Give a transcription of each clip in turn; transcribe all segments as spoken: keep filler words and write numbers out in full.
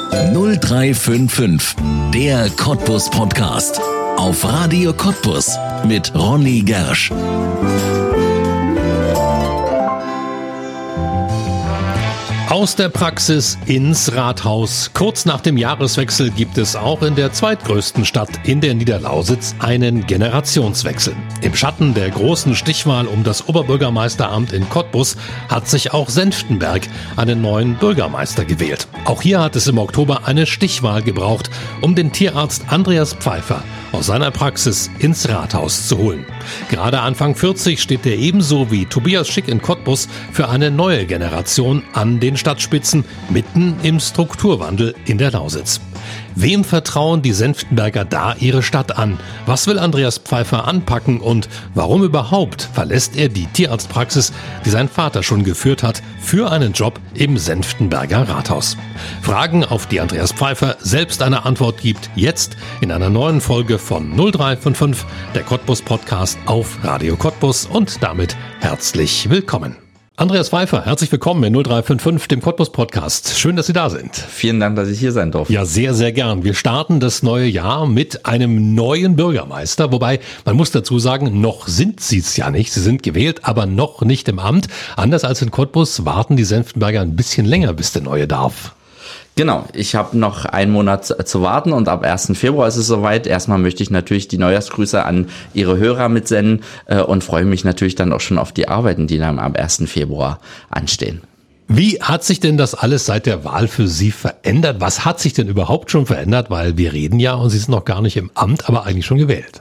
null drei fünf fünf, der Cottbus Podcast. Auf Radio Cottbus mit Ronny Gersch. Aus der Praxis ins Rathaus. Kurz nach dem Jahreswechsel gibt es auch in der zweitgrößten Stadt in der Niederlausitz einen Generationswechsel. Im Schatten der großen Stichwahl um das Oberbürgermeisteramt in Cottbus hat sich auch Senftenberg einen neuen Bürgermeister gewählt. Auch hier hat es im Oktober eine Stichwahl gebraucht, um den Tierarzt Andreas Pfeiffer aus seiner Praxis ins Rathaus zu holen. Gerade Anfang vierzig steht er ebenso wie Tobias Schick in Cottbus für eine neue Generation an den Stadtspitzen, mitten im Strukturwandel in der Lausitz. Wem vertrauen die Senftenberger da ihre Stadt an? Was will Andreas Pfeiffer anpacken und warum überhaupt verlässt er die Tierarztpraxis, die sein Vater schon geführt hat, für einen Job im Senftenberger Rathaus? Fragen, auf die Andreas Pfeiffer selbst eine Antwort gibt, jetzt in einer neuen Folge von null drei fünf fünf, der Cottbus Podcast auf Radio Cottbus, und damit herzlich willkommen. Andreas Pfeiffer, herzlich willkommen in null drei fünf fünf, dem Cottbus Podcast. Schön, dass Sie da sind. Vielen Dank, dass ich hier sein darf. Ja, sehr, sehr gern. Wir starten das neue Jahr mit einem neuen Bürgermeister. Wobei, man muss dazu sagen, noch sind Sie es ja nicht. Sie sind gewählt, aber noch nicht im Amt. Anders als in Cottbus warten die Senftenberger ein bisschen länger, bis der Neue darf. Genau, ich habe noch einen Monat zu warten und ab ersten Februar ist es soweit. Erstmal möchte ich natürlich die Neujahrsgrüße an Ihre Hörer mitsenden äh, und freue mich natürlich dann auch schon auf die Arbeiten, die dann am ersten Februar anstehen. Wie hat sich denn das alles seit der Wahl für Sie verändert? Was hat sich denn überhaupt schon verändert? Weil wir reden ja und Sie sind noch gar nicht im Amt, aber eigentlich schon gewählt.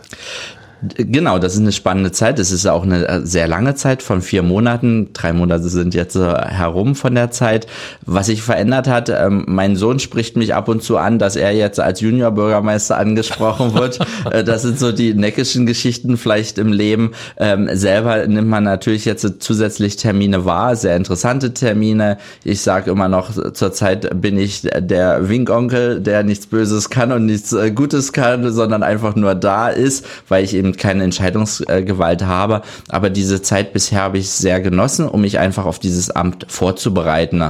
Genau, das ist eine spannende Zeit. Es ist auch eine sehr lange Zeit von vier Monaten. Drei Monate sind jetzt herum von der Zeit. Was sich verändert hat, ähm, mein Sohn spricht mich ab und zu an, dass er jetzt als Juniorbürgermeister angesprochen wird. Das sind so die neckischen Geschichten vielleicht im Leben. Ähm, selber nimmt man natürlich jetzt zusätzlich Termine wahr, sehr interessante Termine. Ich sage immer noch, zurzeit bin ich der Winkonkel, der nichts Böses kann und nichts Gutes kann, sondern einfach nur da ist, weil ich eben keine Entscheidungsgewalt habe, aber diese Zeit bisher habe ich sehr genossen, um mich einfach auf dieses Amt vorzubereiten.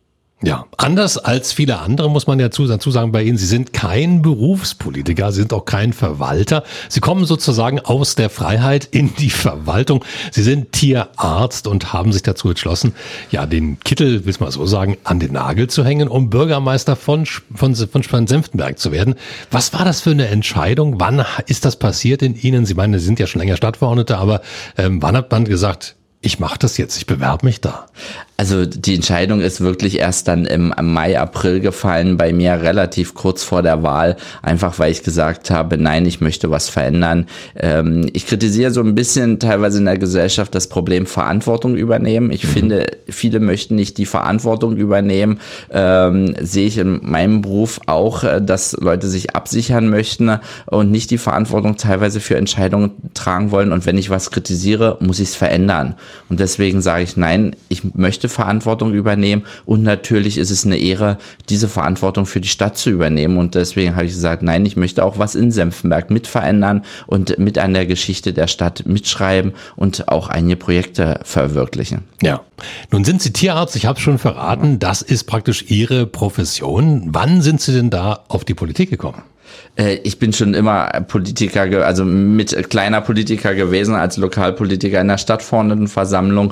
Ja, anders als viele andere muss man ja dazu sagen bei Ihnen, Sie sind kein Berufspolitiker, Sie sind auch kein Verwalter. Sie kommen sozusagen aus der Freiheit in die Verwaltung. Sie sind Tierarzt und haben sich dazu entschlossen, ja, den Kittel, will ich mal so sagen, an den Nagel zu hängen, um Bürgermeister von, von, von, von Senftenberg zu werden. Was war das für eine Entscheidung? Wann ist das passiert in Ihnen? Sie meinen, Sie sind ja schon länger Stadtverordneter, aber ähm, wann hat man gesagt, ich mache das jetzt, ich bewerbe mich da? Also die Entscheidung ist wirklich erst dann im Mai, April gefallen, bei mir relativ kurz vor der Wahl, einfach weil ich gesagt habe, nein, ich möchte was verändern. Ähm, ich kritisiere so ein bisschen teilweise in der Gesellschaft das Problem Verantwortung übernehmen. Ich mhm. finde, viele möchten nicht die Verantwortung übernehmen. Ähm, sehe ich in meinem Beruf auch, dass Leute sich absichern möchten und nicht die Verantwortung teilweise für Entscheidungen tragen wollen. Und wenn ich was kritisiere, muss ich es verändern. Und deswegen sage ich, nein, ich möchte Verantwortung übernehmen und natürlich ist es eine Ehre, diese Verantwortung für die Stadt zu übernehmen und deswegen habe ich gesagt, nein, ich möchte auch was in Senftenberg mit verändern und mit an der Geschichte der Stadt mitschreiben und auch einige Projekte verwirklichen. Ja, nun sind Sie Tierarzt, ich habe es schon verraten, das ist praktisch Ihre Profession. Wann sind Sie denn da auf die Politik gekommen? Ich bin schon immer Politiker, also mit kleiner Politiker gewesen, als Lokalpolitiker in der Stadtverordnetenversammlung.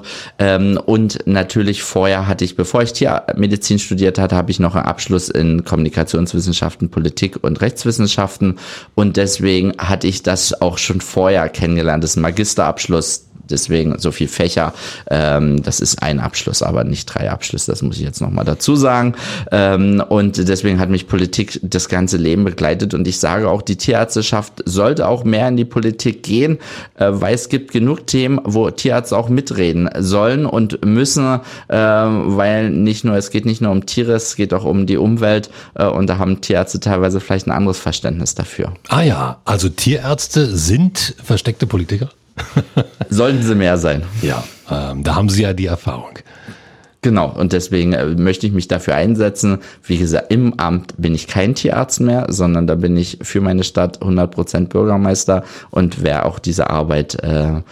Und natürlich vorher hatte ich, bevor ich Tiermedizin studiert hatte, habe ich noch einen Abschluss in Kommunikationswissenschaften, Politik und Rechtswissenschaften. Und deswegen hatte ich das auch schon vorher kennengelernt. Das ist ein Magisterabschluss. Deswegen so viel Fächer, ähm, das ist ein Abschluss, aber nicht drei Abschlüsse, das muss ich jetzt nochmal dazu sagen. Ähm, und deswegen hat mich Politik das ganze Leben begleitet und ich sage auch, die Tierärzteschaft sollte auch mehr in die Politik gehen, äh, weil es gibt genug Themen, wo Tierärzte auch mitreden sollen und müssen, äh, weil nicht nur, es geht nicht nur um Tiere, es geht auch um die Umwelt äh, und da haben Tierärzte teilweise vielleicht ein anderes Verständnis dafür. Ah ja, also Tierärzte sind versteckte Politiker? Sollten sie mehr sein. Ja, ähm, da haben Sie ja die Erfahrung. Genau, und deswegen äh, möchte ich mich dafür einsetzen. Wie gesagt, im Amt bin ich kein Tierarzt mehr, sondern da bin ich für meine Stadt hundert Prozent Bürgermeister und werde auch diese Arbeit äh,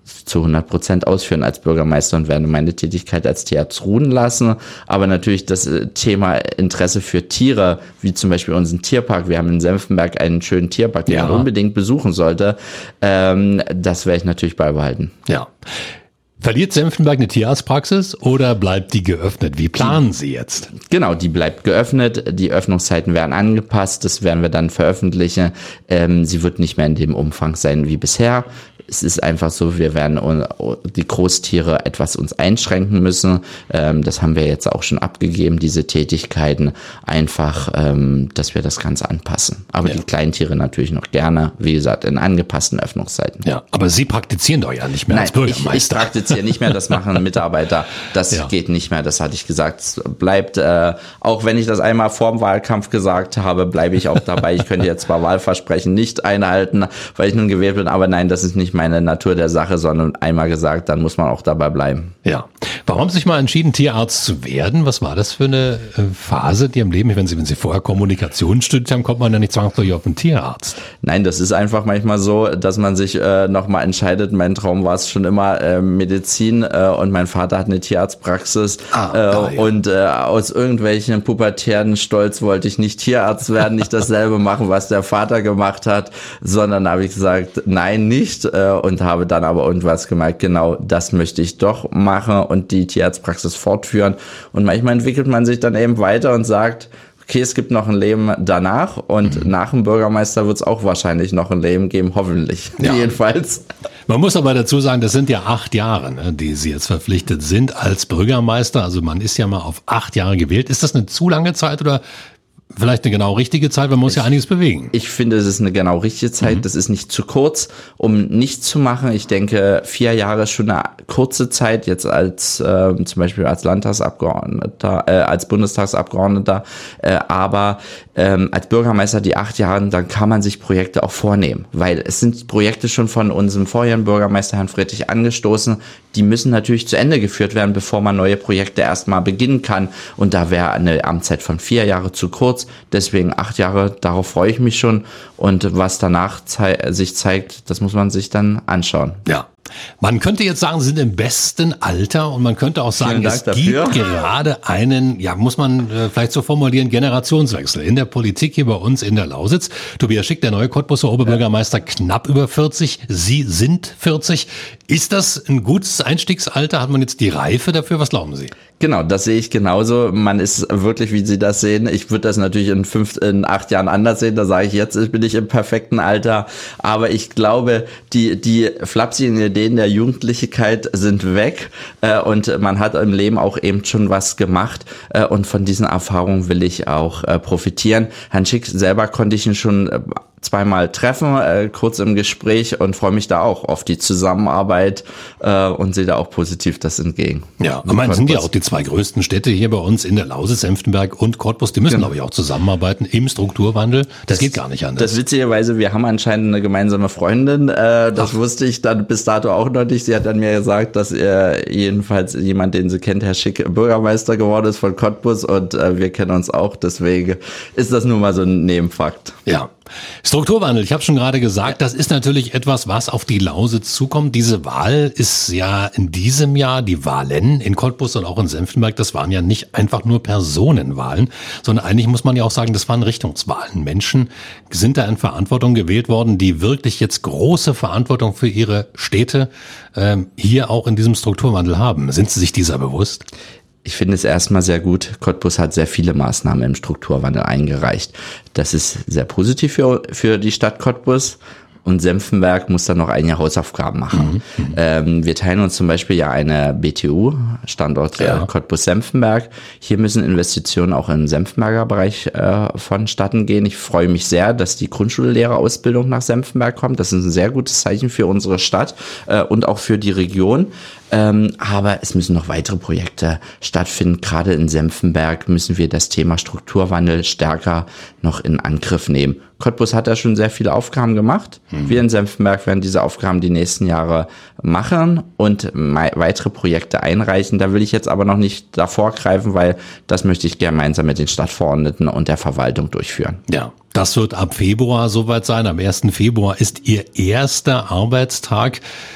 zu hundert Prozent ausführen als Bürgermeister und werde meine Tätigkeit als Tierarzt ruhen lassen. Aber natürlich das Thema Interesse für Tiere, wie zum Beispiel unseren Tierpark. Wir haben in Senftenberg einen schönen Tierpark, den ja. man unbedingt besuchen sollte. Ähm, das werde ich natürlich beibehalten. Ja. Verliert Senftenberg eine Tierarztpraxis oder bleibt die geöffnet? Wie planen Sie jetzt? Genau, die bleibt geöffnet. Die Öffnungszeiten werden angepasst. Das werden wir dann veröffentlichen. Ähm, sie wird nicht mehr in dem Umfang sein wie bisher. Es ist einfach so, wir werden die Großtiere etwas uns einschränken müssen. Ähm, das haben wir jetzt auch schon abgegeben, diese Tätigkeiten. Einfach, ähm, dass wir das Ganze anpassen. Aber ja. die Kleintiere natürlich noch gerne, wie gesagt, in angepassten Öffnungszeiten. Ja, aber Sie praktizieren doch ja nicht mehr Nein, als Bürgermeister. Ich, ich praktiziere nicht mehr, das machen Mitarbeiter. Das ja. geht nicht mehr, das hatte ich gesagt. Es bleibt, äh, auch wenn ich das einmal vor dem Wahlkampf gesagt habe, bleibe ich auch dabei. Ich könnte jetzt zwar Wahlversprechen nicht einhalten, weil ich nun gewählt bin, aber nein, das ist nicht meine Natur der Sache, sondern einmal gesagt, dann muss man auch dabei bleiben. Ja. Warum haben Sie sich mal entschieden, Tierarzt zu werden? Was war das für eine Phase, die im Leben, wenn Sie, wenn Sie vorher Kommunikation studiert haben, kommt man ja nicht zwangsläufig auf einen Tierarzt. Nein, das ist einfach manchmal so, dass man sich äh, nochmal entscheidet. Mein Traum war es schon immer äh, Medizin äh, und mein Vater hat eine Tierarztpraxis ah, äh, ah, ja. und äh, aus irgendwelchen pubertären Stolz wollte ich nicht Tierarzt werden, nicht dasselbe machen, was der Vater gemacht hat, sondern habe ich gesagt, nein, nicht äh, und habe dann aber irgendwas gemerkt, genau das möchte ich doch machen und die Tierarztpraxis fortführen und manchmal entwickelt man sich dann eben weiter und sagt, okay, es gibt noch ein Leben danach und mhm. nach dem Bürgermeister wird es auch wahrscheinlich noch ein Leben geben, hoffentlich, ja. jedenfalls. Man muss aber dazu sagen, das sind ja acht Jahre, ne, die Sie jetzt verpflichtet sind als Bürgermeister, also man ist ja mal auf acht Jahre gewählt. Ist das eine zu lange Zeit oder vielleicht eine genau richtige Zeit, weil man muss ja einiges bewegen. Ich finde, es ist eine genau richtige Zeit. Mhm. Das ist nicht zu kurz, um nichts zu machen. Ich denke, vier Jahre ist schon eine kurze Zeit, jetzt als äh, zum Beispiel als Landtagsabgeordneter, äh, als Bundestagsabgeordneter. Äh, aber ähm, als Bürgermeister die acht Jahre, dann kann man sich Projekte auch vornehmen. Weil es sind Projekte schon von unserem vorherigen Bürgermeister Herrn Friedrich angestoßen. Die müssen natürlich zu Ende geführt werden, bevor man neue Projekte erstmal beginnen kann. Und da wäre eine Amtszeit von vier Jahre zu kurz. Deswegen acht Jahre, darauf freue ich mich schon. Und was danach zei- sich zeigt, das muss man sich dann anschauen. Ja. Man könnte jetzt sagen, Sie sind im besten Alter und man könnte auch sagen, es dafür. gibt gerade einen, ja, muss man äh, vielleicht so formulieren, Generationswechsel in der Politik hier bei uns in der Lausitz. Tobias Schick, der neue Cottbuser Oberbürgermeister, ja. knapp über vierzig. Sie sind vierzig. Ist das ein gutes Einstiegsalter? Hat man jetzt die Reife dafür? Was glauben Sie? Genau, das sehe ich genauso. Man ist wirklich, wie Sie das sehen. Ich würde das natürlich in fünf, in acht Jahren anders sehen. Da sage ich jetzt, bin ich im perfekten Alter. Aber ich glaube, die, die flapsigen Ideen der Jugendlichkeit sind weg. Äh, und man hat im Leben auch eben schon was gemacht. Äh, und von diesen Erfahrungen will ich auch äh, profitieren. Herrn Schick selber konnte ich ihn schon äh, zweimal treffen, äh, kurz im Gespräch und freue mich da auch auf die Zusammenarbeit äh, und sehe da auch positiv das entgegen. Ja, ich meine, sind ja auch die zwei größten Städte hier bei uns in der Lausitz, Senftenberg und Cottbus, die müssen genau. glaube ich auch zusammenarbeiten im Strukturwandel. Das, das geht gar nicht anders. Das witzigerweise, wir haben anscheinend eine gemeinsame Freundin, äh, das Ach. wusste ich dann bis dato auch noch nicht. Sie hat dann mir gesagt, dass er jedenfalls jemand, den sie kennt, Herr Schick, Bürgermeister geworden ist von Cottbus und äh, wir kennen uns auch, deswegen ist das nun mal so ein Nebenfakt. Ja. Strukturwandel, ich habe schon gerade gesagt, das ist natürlich etwas, was auf die Lausitz zukommt. Diese Wahl ist ja in diesem Jahr, die Wahlen in Cottbus und auch in Senftenberg, das waren ja nicht einfach nur Personenwahlen, sondern eigentlich muss man ja auch sagen, das waren Richtungswahlen. Menschen sind da in Verantwortung gewählt worden, die wirklich jetzt große Verantwortung für ihre Städte ähm, hier auch in diesem Strukturwandel haben. Sind Sie sich dieser bewusst? Ich finde es erstmal sehr gut. Cottbus hat sehr viele Maßnahmen im Strukturwandel eingereicht. Das ist sehr positiv für, für die Stadt Cottbus. Und Senftenberg muss dann noch einige Hausaufgaben machen. Mhm. Ähm, wir teilen uns zum Beispiel ja eine B T U, Standort ja. Cottbus-Senftenberg. Hier müssen Investitionen auch im Senftenberger Bereich äh, vonstatten gehen. Ich freue mich sehr, dass die Grundschullehrerausbildung nach Senftenberg kommt. Das ist ein sehr gutes Zeichen für unsere Stadt äh, und auch für die Region. Ähm, aber es müssen noch weitere Projekte stattfinden. Gerade in Senftenberg müssen wir das Thema Strukturwandel stärker noch in Angriff nehmen. Cottbus hat da schon sehr viele Aufgaben gemacht. Mhm. Wir in Senftenberg werden diese Aufgaben die nächsten Jahre machen und weitere Projekte einreichen. Da will ich jetzt aber noch nicht davor greifen, weil das möchte ich gemeinsam mit den Stadtverordneten und der Verwaltung durchführen. Ja. Das wird ab Februar soweit sein. Am ersten Februar ist Ihr erster Arbeitstag.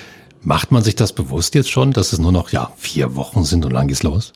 Macht man sich das bewusst jetzt schon, dass es nur noch ja vier Wochen sind und dann geht's los?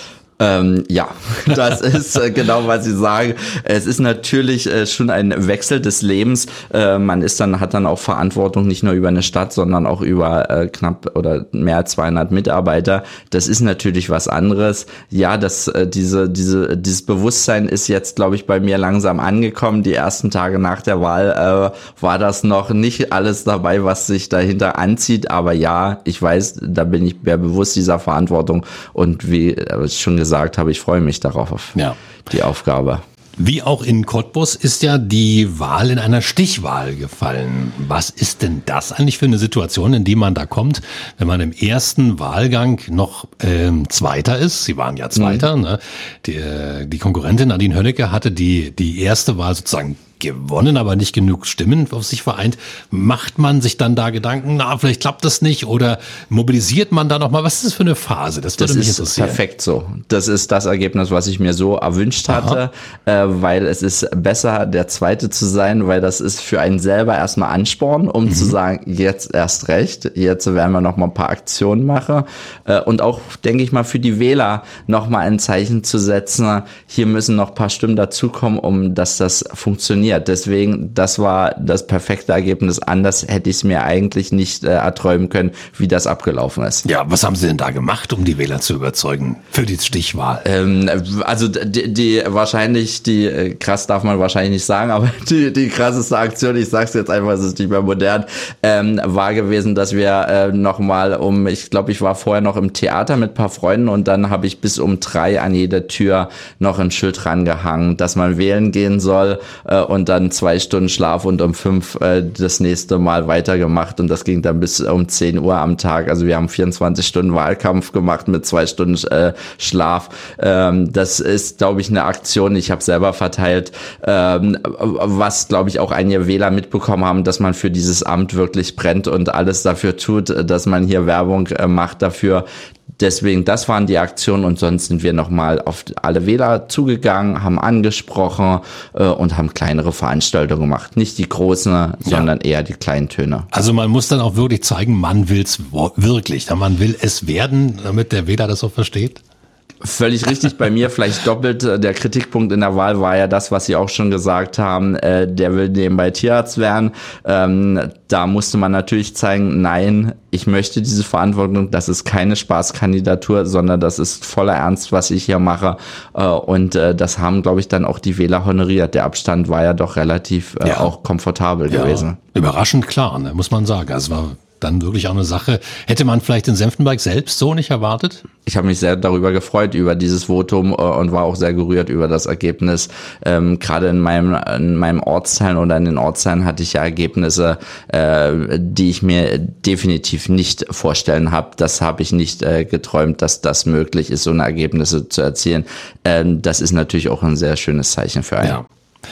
Ähm, ja, das ist äh, genau, was Sie sagen. Es ist natürlich äh, schon ein Wechsel des Lebens. Äh, man ist dann, hat dann auch Verantwortung nicht nur über eine Stadt, sondern auch über äh, knapp oder mehr als zweihundert Mitarbeiter. Das ist natürlich was anderes. Ja, das, äh, diese, diese, dieses Bewusstsein ist jetzt, glaube ich, bei mir langsam angekommen. Die ersten Tage nach der Wahl äh, war das noch nicht alles dabei, was sich dahinter anzieht. Aber ja, ich weiß, da bin ich mir bewusst dieser Verantwortung. Und wie ich schon gesagt gesagt habe, ich freue mich darauf, auf ja. die Aufgabe. Wie auch in Cottbus ist ja die Wahl in einer Stichwahl gefallen. Was ist denn das eigentlich für eine Situation, in die man da kommt, wenn man im ersten Wahlgang noch ähm, Zweiter ist? Sie waren ja Zweiter. Mhm. Ne? Die, die Konkurrentin Nadine Hönnecke hatte die, die erste Wahl sozusagen gewonnen, aber nicht genug Stimmen auf sich vereint. Macht man sich dann da Gedanken, na, vielleicht klappt das nicht, oder mobilisiert man da nochmal? Was ist das für eine Phase? Das würde das mich ist interessieren. Perfekt so. Das ist das Ergebnis, was ich mir so erwünscht hatte, äh, weil es ist besser, der Zweite zu sein, weil das ist für einen selber erstmal Ansporn, um mhm. zu sagen, jetzt erst recht, jetzt werden wir nochmal ein paar Aktionen machen äh, und auch, denke ich mal, für die Wähler nochmal ein Zeichen zu setzen, hier müssen noch ein paar Stimmen dazukommen, um dass das funktioniert. Deswegen, das war das perfekte Ergebnis. Anders hätte ich es mir eigentlich nicht äh, erträumen können, wie das abgelaufen ist. Ja, was haben Sie denn da gemacht, um die Wähler zu überzeugen für die Stichwahl? Ähm, also die, die wahrscheinlich, die krass darf man wahrscheinlich nicht sagen, aber die, die krasseste Aktion, ich sag's jetzt einfach, es ist nicht mehr modern, ähm, war gewesen, dass wir äh, nochmal um, ich glaube, ich war vorher noch im Theater mit ein paar Freunden und dann habe ich bis um drei an jeder Tür noch ein Schild rangehangen, dass man wählen gehen soll äh, und Und dann zwei Stunden Schlaf und um fünf äh, das nächste Mal weitergemacht. Und das ging dann bis um zehn Uhr am Tag. Also wir haben vierundzwanzig Stunden Wahlkampf gemacht mit zwei Stunden äh, Schlaf. Ähm, das ist, glaube ich, eine Aktion, ich habe selber verteilt, ähm, was, glaube ich, auch einige Wähler mitbekommen haben, dass man für dieses Amt wirklich brennt und alles dafür tut, dass man hier Werbung äh, macht dafür. Deswegen, das waren die Aktionen und sonst sind wir nochmal auf alle Wähler zugegangen, haben angesprochen äh, und haben kleinere Veranstaltungen gemacht. Nicht die großen, ja. sondern eher die kleinen Töne. Also man muss dann auch wirklich zeigen, man will es wirklich, man will es werden, damit der Wähler das auch versteht. Völlig richtig, bei mir vielleicht doppelt. Der Kritikpunkt in der Wahl war ja das, was Sie auch schon gesagt haben, äh, der will nebenbei Tierarzt werden. Ähm, da musste man natürlich zeigen, nein, ich möchte diese Verantwortung, das ist keine Spaßkandidatur, sondern das ist voller Ernst, was ich hier mache. Äh, und äh, das haben, glaube ich, dann auch die Wähler honoriert. Der Abstand war ja doch relativ äh, ja. auch komfortabel ja. gewesen. Überraschend klar, ne, muss man sagen. Also war dann wirklich auch eine Sache. Hätte man vielleicht in Senftenberg selbst so nicht erwartet? Ich habe mich sehr darüber gefreut, über dieses Votum äh, und war auch sehr gerührt über das Ergebnis. Ähm, gerade in meinem, in meinem Ortsteil oder in den Ortsteilen hatte ich ja Ergebnisse, äh, die ich mir definitiv nicht vorstellen habe. Das habe ich nicht äh, geträumt, dass das möglich ist, so eine Ergebnisse zu erzielen. Ähm, das ist natürlich auch ein sehr schönes Zeichen für einen. Ja.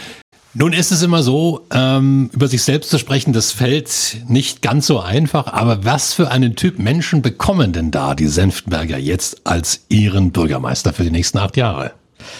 Nun ist es immer so, ähm, über sich selbst zu sprechen, das fällt nicht ganz so einfach. Aber was für einen Typ Menschen bekommen denn da die Senftenberger jetzt als ihren Bürgermeister für die nächsten acht Jahre?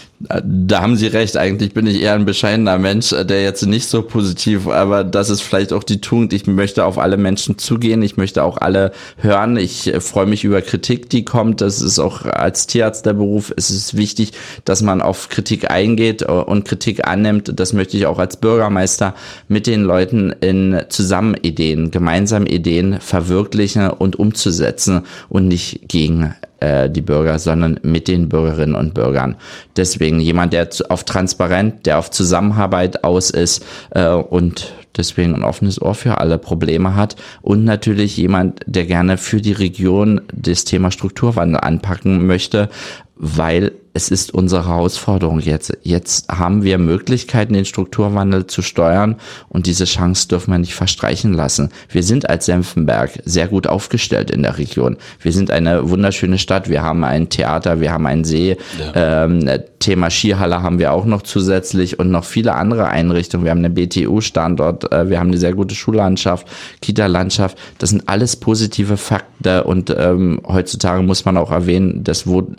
Da haben Sie recht, eigentlich bin ich eher ein bescheidener Mensch, der jetzt nicht so positiv, aber das ist vielleicht auch die Tugend, ich möchte auf alle Menschen zugehen, ich möchte auch alle hören, ich freue mich über Kritik, die kommt, das ist auch als Tierarzt der Beruf, es ist wichtig, dass man auf Kritik eingeht und Kritik annimmt, das möchte ich auch als Bürgermeister mit den Leuten in zusammen Ideen, gemeinsam Ideen verwirklichen und umzusetzen und nicht gegen die Bürger, sondern mit den Bürgerinnen und Bürgern. Deswegen jemand, der auf Transparenz, der auf Zusammenarbeit aus ist äh, und deswegen ein offenes Ohr für alle Probleme hat und natürlich jemand, der gerne für die Region das Thema Strukturwandel anpacken möchte, weil es ist unsere Herausforderung jetzt. Jetzt haben wir Möglichkeiten, den Strukturwandel zu steuern und diese Chance dürfen wir nicht verstreichen lassen. Wir sind als Senftenberg sehr gut aufgestellt in der Region. Wir sind eine wunderschöne Stadt. Wir haben ein Theater, wir haben einen See. Ja. Ähm, Thema Skihalle haben wir auch noch zusätzlich und noch viele andere Einrichtungen. Wir haben einen B T U-Standort, äh, wir haben eine sehr gute Schullandschaft, Kita-Landschaft. Das sind alles positive Fakten und ähm, heutzutage muss man auch erwähnen, das, das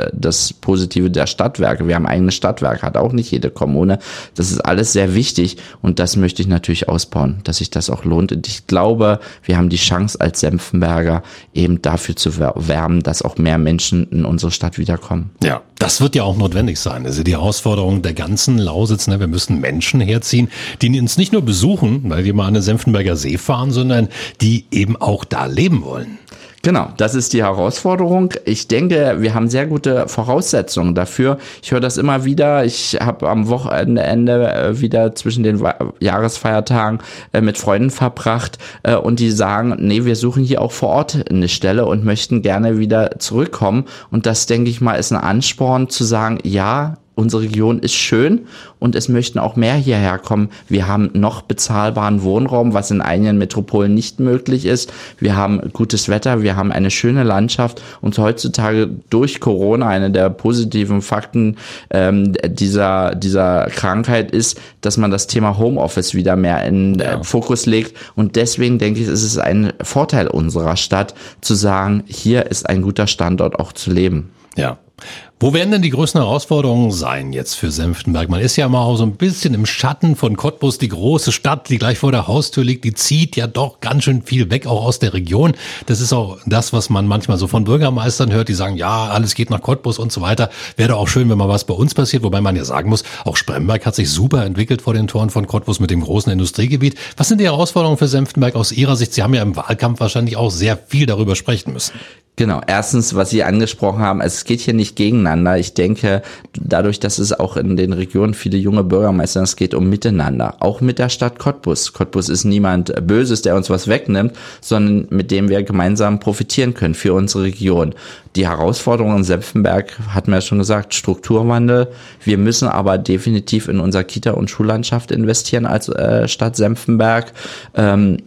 das Positive der Stadtwerke. Wir haben eigene Stadtwerke, hat auch nicht jede Kommune. Das ist alles sehr wichtig und das möchte ich natürlich ausbauen, dass sich das auch lohnt. Und ich glaube, wir haben die Chance als Senftenberger eben dafür zu werben, dass auch mehr Menschen in unsere Stadt wiederkommen. Ja, das wird ja auch notwendig sein. Das ist die Herausforderung der ganzen Lausitz. Wir müssen Menschen herziehen, die uns nicht nur besuchen, weil wir mal an den Senftenberger See fahren, sondern die eben auch da leben wollen. Genau, das ist die Herausforderung. Ich denke, wir haben sehr gute Voraussetzungen dafür. Ich höre das immer wieder. Ich habe am Wochenende wieder zwischen den Jahresfeiertagen mit Freunden verbracht und die sagen, nee, wir suchen hier auch vor Ort eine Stelle und möchten gerne wieder zurückkommen. Und das, denke ich mal, ist ein Ansporn zu sagen, ja, unsere Region ist schön und es möchten auch mehr hierher kommen. Wir haben noch bezahlbaren Wohnraum, was in einigen Metropolen nicht möglich ist. Wir haben gutes Wetter, wir haben eine schöne Landschaft und heutzutage durch Corona, eine der positiven Fakten ähm, dieser, dieser Krankheit ist, dass man das Thema Homeoffice wieder mehr in ja. äh, Fokus legt und deswegen denke ich, ist es ein Vorteil unserer Stadt zu sagen, hier ist ein guter Standort auch zu leben. Ja. Wo werden denn die größten Herausforderungen sein jetzt für Senftenberg? Man ist ja mal auch so ein bisschen im Schatten von Cottbus, die große Stadt, die gleich vor der Haustür liegt, die zieht ja doch ganz schön viel weg, auch aus der Region. Das ist auch das, was man manchmal so von Bürgermeistern hört, die sagen, ja, alles geht nach Cottbus und so weiter. Wäre doch auch schön, wenn mal was bei uns passiert, wobei man ja sagen muss, auch Spremberg hat sich super entwickelt vor den Toren von Cottbus mit dem großen Industriegebiet. Was sind die Herausforderungen für Senftenberg aus Ihrer Sicht? Sie haben ja im Wahlkampf wahrscheinlich auch sehr viel darüber sprechen müssen. Genau, erstens, was Sie angesprochen haben, es geht hier nicht gegeneinander. Ich denke, dadurch, dass es auch in den Regionen viele junge Bürgermeister, es geht um Miteinander, auch mit der Stadt Cottbus. Cottbus ist niemand Böses, der uns was wegnimmt, sondern mit dem wir gemeinsam profitieren können für unsere Region. Die Herausforderung in Senftenberg, hatten wir ja schon gesagt, Strukturwandel. Wir müssen aber definitiv in unser Kita- und Schullandschaft investieren als äh, Stadt Senftenberg. Ähm,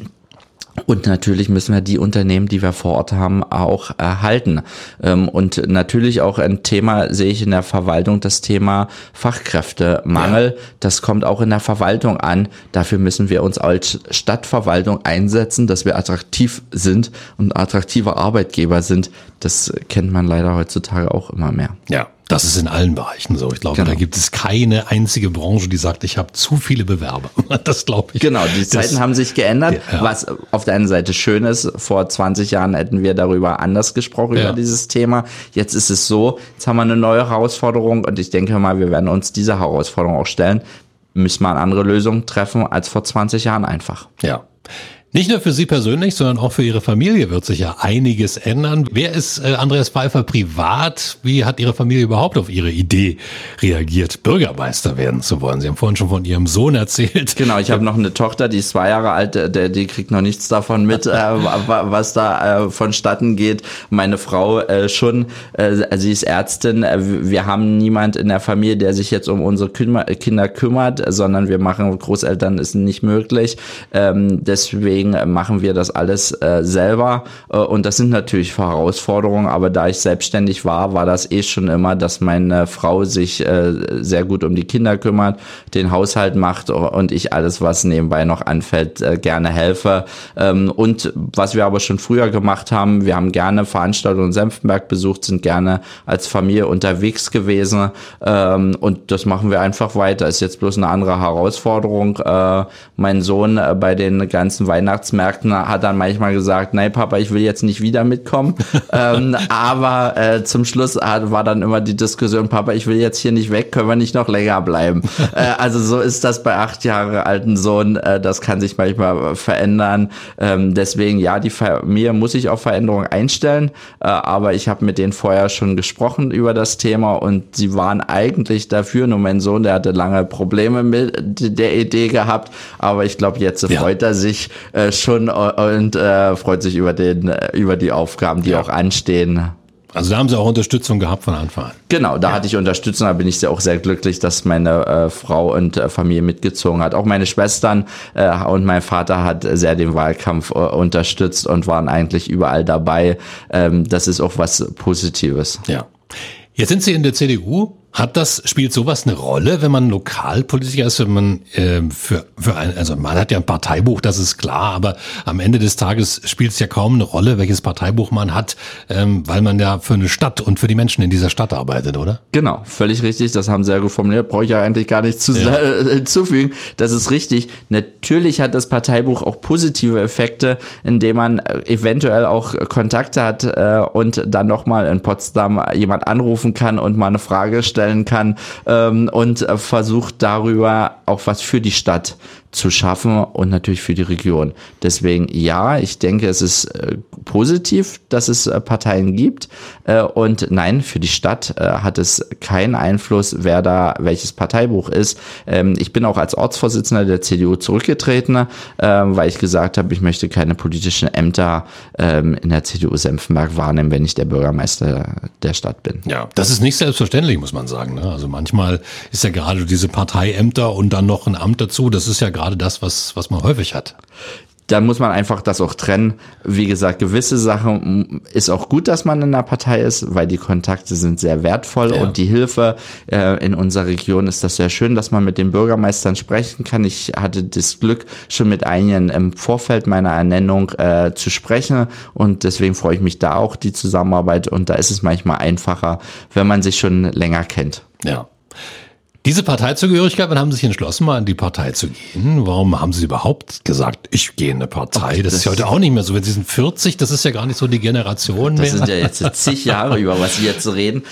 Und natürlich müssen wir die Unternehmen, die wir vor Ort haben, auch erhalten. Und natürlich auch ein Thema sehe ich in der Verwaltung, das Thema Fachkräftemangel. Ja. Das kommt auch in der Verwaltung an. Dafür müssen wir uns als Stadtverwaltung einsetzen, dass wir attraktiv sind und attraktive Arbeitgeber sind. Das kennt man leider heutzutage auch immer mehr. Ja. Das ist in allen Bereichen so. Ich glaube, genau. Da gibt es keine einzige Branche, die sagt, ich habe zu viele Bewerber. Das glaube ich. Genau, die Zeiten das, haben sich geändert, ja. Was auf der einen Seite schön ist. Vor zwanzig Jahren hätten wir darüber anders gesprochen, ja. über dieses Thema. Jetzt ist es so, jetzt haben wir eine neue Herausforderung und ich denke mal, wir werden uns dieser Herausforderung auch stellen. Müssen wir eine andere Lösung treffen als vor zwanzig Jahren einfach. Ja. Nicht nur für Sie persönlich, sondern auch für Ihre Familie wird sich ja einiges ändern. Wer ist äh, Andreas Pfeiffer privat? Wie hat Ihre Familie überhaupt auf Ihre Idee reagiert, Bürgermeister werden zu wollen? Sie haben vorhin schon von Ihrem Sohn erzählt. Genau, ich habe noch eine Tochter, die ist zwei Jahre alt, der, die kriegt noch nichts davon mit, äh, was da äh, vonstatten geht. Meine Frau äh, schon, äh, sie ist Ärztin. Wir haben niemand in der Familie, der sich jetzt um unsere Kinder kümmert, sondern wir machen, Großeltern ist nicht möglich. Ähm, deswegen machen wir das alles äh, selber äh, und das sind natürlich Herausforderungen, aber da ich selbstständig war, war das eh schon immer, dass meine Frau sich äh, sehr gut um die Kinder kümmert, den Haushalt macht und ich alles, was nebenbei noch anfällt, äh, gerne helfe. Ähm, und was wir aber schon früher gemacht haben, wir haben gerne Veranstaltungen in Senftenberg besucht, sind gerne als Familie unterwegs gewesen ähm, und das machen wir einfach weiter. Ist jetzt bloß eine andere Herausforderung. Äh, mein Sohn äh, bei den ganzen Weihnachten Weihnachtsmärkten hat dann manchmal gesagt, nein Papa, ich will jetzt nicht wieder mitkommen. ähm, aber äh, zum Schluss hat, war dann immer die Diskussion, Papa, ich will jetzt hier nicht weg, können wir nicht noch länger bleiben? äh, also so ist das bei acht Jahre alten Sohn, äh, das kann sich manchmal verändern. Ähm, deswegen, ja, die Familie muss sich auf Veränderungen einstellen, äh, aber ich habe mit denen vorher schon gesprochen über das Thema und sie waren eigentlich dafür, nur mein Sohn, der hatte lange Probleme mit der Idee gehabt, aber ich glaube, jetzt ja. freut er sich äh, schon und äh, freut sich über den über die Aufgaben, die ja. auch anstehen. Also da haben Sie auch Unterstützung gehabt von Anfang an. Genau, da ja. hatte ich Unterstützung, da bin ich sehr, auch sehr glücklich, dass meine äh, Frau und äh, Familie mitgezogen hat. Auch meine Schwestern äh, und mein Vater hat sehr den Wahlkampf äh, unterstützt und waren eigentlich überall dabei. Ähm, das ist auch was Positives. Ja. Jetzt sind Sie in der C D U Hat das, spielt sowas eine Rolle, wenn man Lokalpolitiker ist, wenn man äh, für, für ein, also man hat ja ein Parteibuch, das ist klar, aber am Ende des Tages spielt es ja kaum eine Rolle, welches Parteibuch man hat, ähm, weil man ja für eine Stadt und für die Menschen in dieser Stadt arbeitet, oder? Genau, völlig richtig, das haben Sie ja gut formuliert, brauche ich ja eigentlich gar nicht zu, ja. äh, hinzufügen, das ist richtig. Natürlich hat das Parteibuch auch positive Effekte, indem man eventuell auch Kontakte hat äh, und dann nochmal in Potsdam jemand anrufen kann und mal eine Frage stellen kann ähm, und äh, versucht darüber auch was für die Stadt zu schaffen und natürlich für die Region. Deswegen ja, ich denke, es ist äh, positiv, dass es äh, Parteien gibt äh, und nein, für die Stadt äh, hat es keinen Einfluss, wer da welches Parteibuch ist. Ähm, ich bin auch als Ortsvorsitzender der C D U zurückgetreten, äh, weil ich gesagt habe, ich möchte keine politischen Ämter ähm, in der C D U Senftenberg wahrnehmen, wenn ich der Bürgermeister der Stadt bin. Ja, das ist nicht selbstverständlich, muss man sagen. Ne? Also manchmal ist ja gerade diese Parteiämter und dann noch ein Amt dazu, das ist ja gerade gerade das, was, was man häufig hat. Dann muss man einfach das auch trennen. Wie gesagt, gewisse Sachen ist auch gut, dass man in einer Partei ist, weil die Kontakte sind sehr wertvoll ja. und die Hilfe äh, in unserer Region ist das sehr schön, dass man mit den Bürgermeistern sprechen kann. Ich hatte das Glück, schon mit einigen im Vorfeld meiner Ernennung äh, zu sprechen und deswegen freue ich mich da auch die Zusammenarbeit und da ist es manchmal einfacher, wenn man sich schon länger kennt. Ja. Diese Parteizugehörigkeit, wann haben Sie sich entschlossen, mal in die Partei zu gehen? Warum haben Sie überhaupt gesagt, ich gehe in eine Partei? Okay, das, das ist ja heute auch nicht mehr so. Wenn Sie sind vierzig, das ist ja gar nicht so die Generation mehr. Das sind ja jetzt zig Jahre, über was Sie jetzt reden.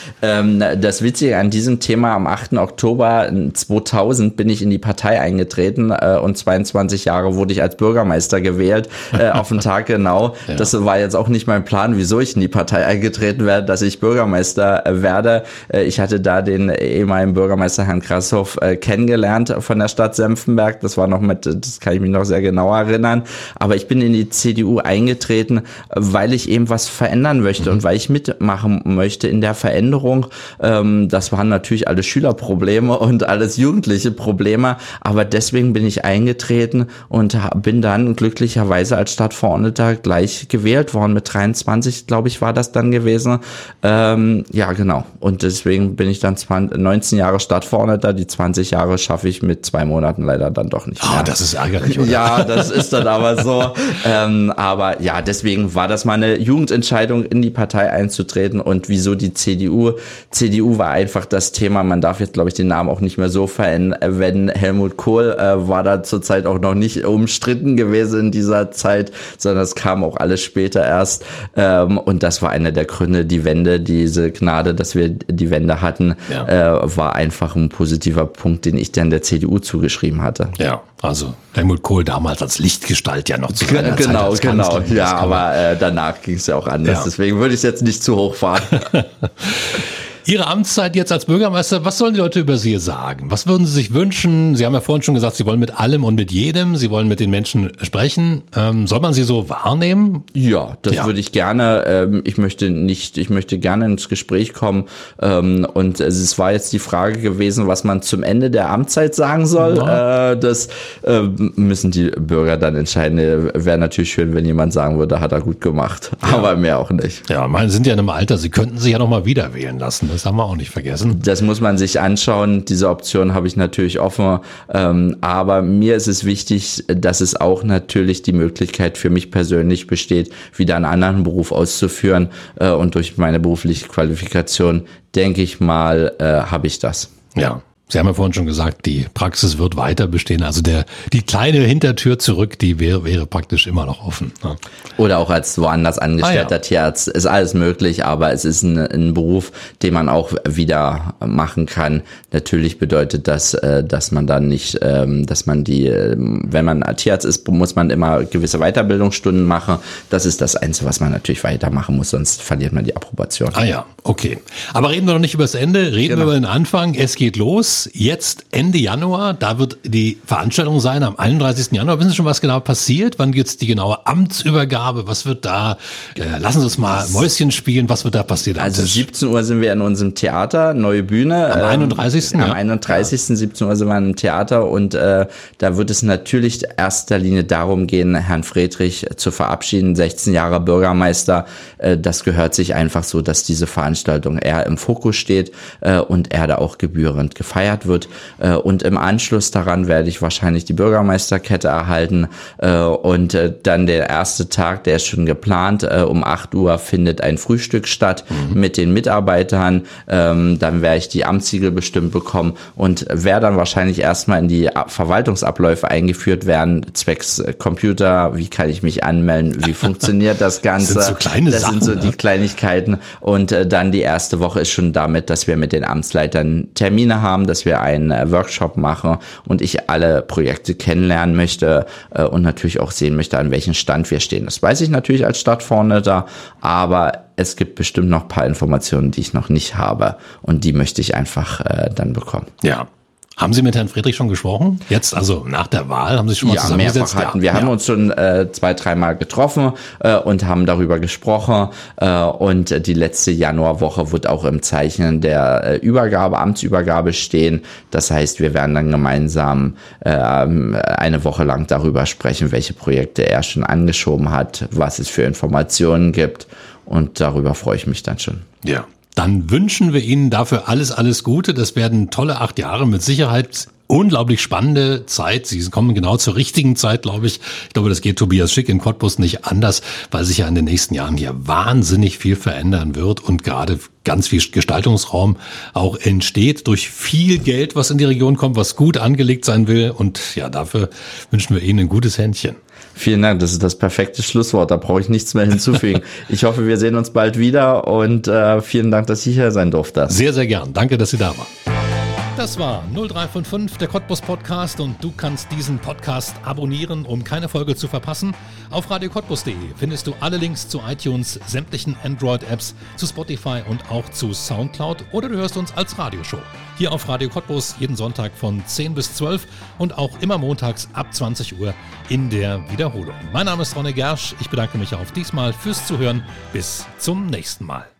Das Witzige an diesem Thema, am achten Oktober zweitausend bin ich in die Partei eingetreten und zweiundzwanzig Jahre wurde ich als Bürgermeister gewählt, auf den Tag genau. Ja. Das war jetzt auch nicht mein Plan, wieso ich in die Partei eingetreten werde, dass ich Bürgermeister werde. Ich hatte da den ehemaligen Bürgermeister Herrn Krassow äh, kennengelernt von der Stadt Senftenberg. Das war noch mit, das kann ich mich noch sehr genau erinnern. Aber ich bin in die C D U eingetreten, weil ich eben was verändern möchte mhm. und weil ich mitmachen möchte in der Veränderung. Ähm, das waren natürlich alles Schülerprobleme und alles jugendliche Probleme. Aber deswegen bin ich eingetreten und bin dann glücklicherweise als Stadtverordneter gleich gewählt worden. Mit dreiundzwanzig, glaube ich, war das dann gewesen. Ähm, ja, genau. Und deswegen bin ich dann neunzehn Jahre Stadtverordneter. Die zwanzig Jahre schaffe ich mit zwei Monaten leider dann doch nicht mehr. Ah, das ist ärgerlich, oder? Ja, das ist dann aber so. ähm, aber ja, deswegen war das mal eine Jugendentscheidung, in die Partei einzutreten. Und wieso die C D U? C D U war einfach das Thema. Man darf jetzt, glaube ich, den Namen auch nicht mehr so verändern. Helmut Kohl äh, war da zurzeit auch noch nicht umstritten gewesen in dieser Zeit, sondern es kam auch alles später erst. Ähm, und das war einer der Gründe, die Wende, diese Gnade, dass wir die Wende hatten, ja. äh, war einfach ein positiver Punkt, den ich dann der C D U zugeschrieben hatte. Ja, also Helmut Kohl damals als Lichtgestalt ja noch zu seiner G- Genau, Zeit genau. Kanzler, ja, aber äh, danach ging es ja auch anders. Ja. Deswegen würde ich es jetzt nicht zu hoch fahren. Ihre Amtszeit jetzt als Bürgermeister, was sollen die Leute über Sie sagen? Was würden Sie sich wünschen? Sie haben ja vorhin schon gesagt, Sie wollen mit allem und mit jedem, Sie wollen mit den Menschen sprechen. Ähm, soll man Sie so wahrnehmen? Ja, das ja. würde ich gerne. Ähm, ich möchte nicht, ich möchte gerne ins Gespräch kommen. Ähm, und es war jetzt die Frage gewesen, was man zum Ende der Amtszeit sagen soll. Ja. Äh, das äh, müssen die Bürger dann entscheiden. Wäre natürlich schön, wenn jemand sagen würde, hat er gut gemacht. Ja. Aber mehr auch nicht. Ja, meine, Sie sind ja in einem Alter, Sie könnten sich ja noch mal wieder wählen lassen. Das haben wir auch nicht vergessen. Das muss man sich anschauen. Diese Option habe ich natürlich offen. Ähm, aber mir ist es wichtig, dass es auch natürlich die Möglichkeit für mich persönlich besteht, wieder einen anderen Beruf auszuführen. Äh, und durch meine berufliche Qualifikation, denke ich mal, äh, habe ich das. Ja. Sie haben ja vorhin schon gesagt, die Praxis wird weiter bestehen. Also der die kleine Hintertür zurück, die wäre, wäre praktisch immer noch offen. Ja. Oder auch als woanders angestellter ah, ja. Tierarzt. Ist alles möglich, aber es ist ein, ein Beruf, den man auch wieder machen kann. Natürlich bedeutet das, dass man dann nicht, dass man die, wenn man Tierarzt ist, muss man immer gewisse Weiterbildungsstunden machen. Das ist das Einzige, was man natürlich weitermachen muss, sonst verliert man die Approbation. Ah ja, okay. Aber reden wir noch nicht über das Ende, reden genau. wir über den Anfang. Es geht los. Cottbus jetzt Ende Januar. Da wird die Veranstaltung sein am einunddreißigsten Januar. Wissen Sie schon, was genau passiert? Wann gibt's die genaue Amtsübergabe? Was wird da? Äh, lassen Sie uns mal Mäuschen spielen. Was wird da passieren? Also siebzehn Uhr sind wir in unserem Theater, neue Bühne. Am einunddreißigsten Ähm, am einunddreißigsten siebzehn Uhr sind wir im Theater und äh, da wird es natürlich in erster Linie darum gehen, Herrn Friedrich zu verabschieden. sechzehn Jahre Bürgermeister. Äh, das gehört sich einfach so, dass diese Veranstaltung eher im Fokus steht äh, und er da auch gebührend gefeiert wird. Äh, und im Anschluss daran werde ich wahrscheinlich die Bürgermeisterkette erhalten äh, und äh, dann der erste Tag, der ist schon geplant. Äh, um acht Uhr findet ein Frühstück statt mhm. mit den Mitarbeitern. Ähm, dann werde ich die Amtssiegel bestimmt bekommen und werde dann wahrscheinlich erstmal in die Verwaltungsabläufe eingeführt werden, zwecks Computer, wie kann ich mich anmelden, wie funktioniert das Ganze. Das sind so kleine das Sachen, sind so ne? die Kleinigkeiten und äh, dann die erste Woche ist schon damit, dass wir mit den Amtsleitern Termine haben, dass wir einen äh, Workshop machen und ich alle Projekte kennenlernen möchte äh, und natürlich auch sehen möchte, an welchem Stand wir stehen. Das weiß ich natürlich als Stadtverordneter, aber es gibt bestimmt noch ein paar Informationen, die ich noch nicht habe und die möchte ich einfach äh, dann bekommen. Ja. Haben Sie mit Herrn Friedrich schon gesprochen? Jetzt, also nach der Wahl, haben Sie sich schon mal ja, zusammengesetzt? Mehrfach hatten. Ja, wir ja. haben uns schon äh, zwei, dreimal getroffen äh, und haben darüber gesprochen äh, und die letzte Januarwoche wird auch im Zeichen der äh, Übergabe, Amtsübergabe stehen. Das heißt, wir werden dann gemeinsam äh, eine Woche lang darüber sprechen, welche Projekte er schon angeschoben hat, was es für Informationen gibt und darüber freue ich mich dann schon. Ja. Dann wünschen wir Ihnen dafür alles, alles Gute. Das werden tolle acht Jahre, mit Sicherheit unglaublich spannende Zeit. Sie kommen genau zur richtigen Zeit, glaube ich. Ich glaube, das geht Tobias Schick in Cottbus nicht anders, weil sich ja in den nächsten Jahren hier wahnsinnig viel verändern wird und gerade ganz viel Gestaltungsraum auch entsteht durch viel Geld, was in die Region kommt, was gut angelegt sein will. Und ja, dafür wünschen wir Ihnen ein gutes Händchen. Vielen Dank, das ist das perfekte Schlusswort, da brauche ich nichts mehr hinzufügen. Ich hoffe, wir sehen uns bald wieder und äh, vielen Dank, dass ich hier sein durfte. Sehr, sehr gern. Danke, dass Sie da waren. Das war null drei fünf fünf, der Cottbus Podcast und du kannst diesen Podcast abonnieren, um keine Folge zu verpassen. Auf radio cottbus punkt de findest du alle Links zu iTunes, sämtlichen Android-Apps, zu Spotify und auch zu Soundcloud oder du hörst uns als Radioshow. Hier auf Radio Cottbus jeden Sonntag von zehn bis zwölf und auch immer montags ab zwanzig Uhr in der Wiederholung. Mein Name ist Ronny Gersch, ich bedanke mich auch diesmal fürs Zuhören. Bis zum nächsten Mal.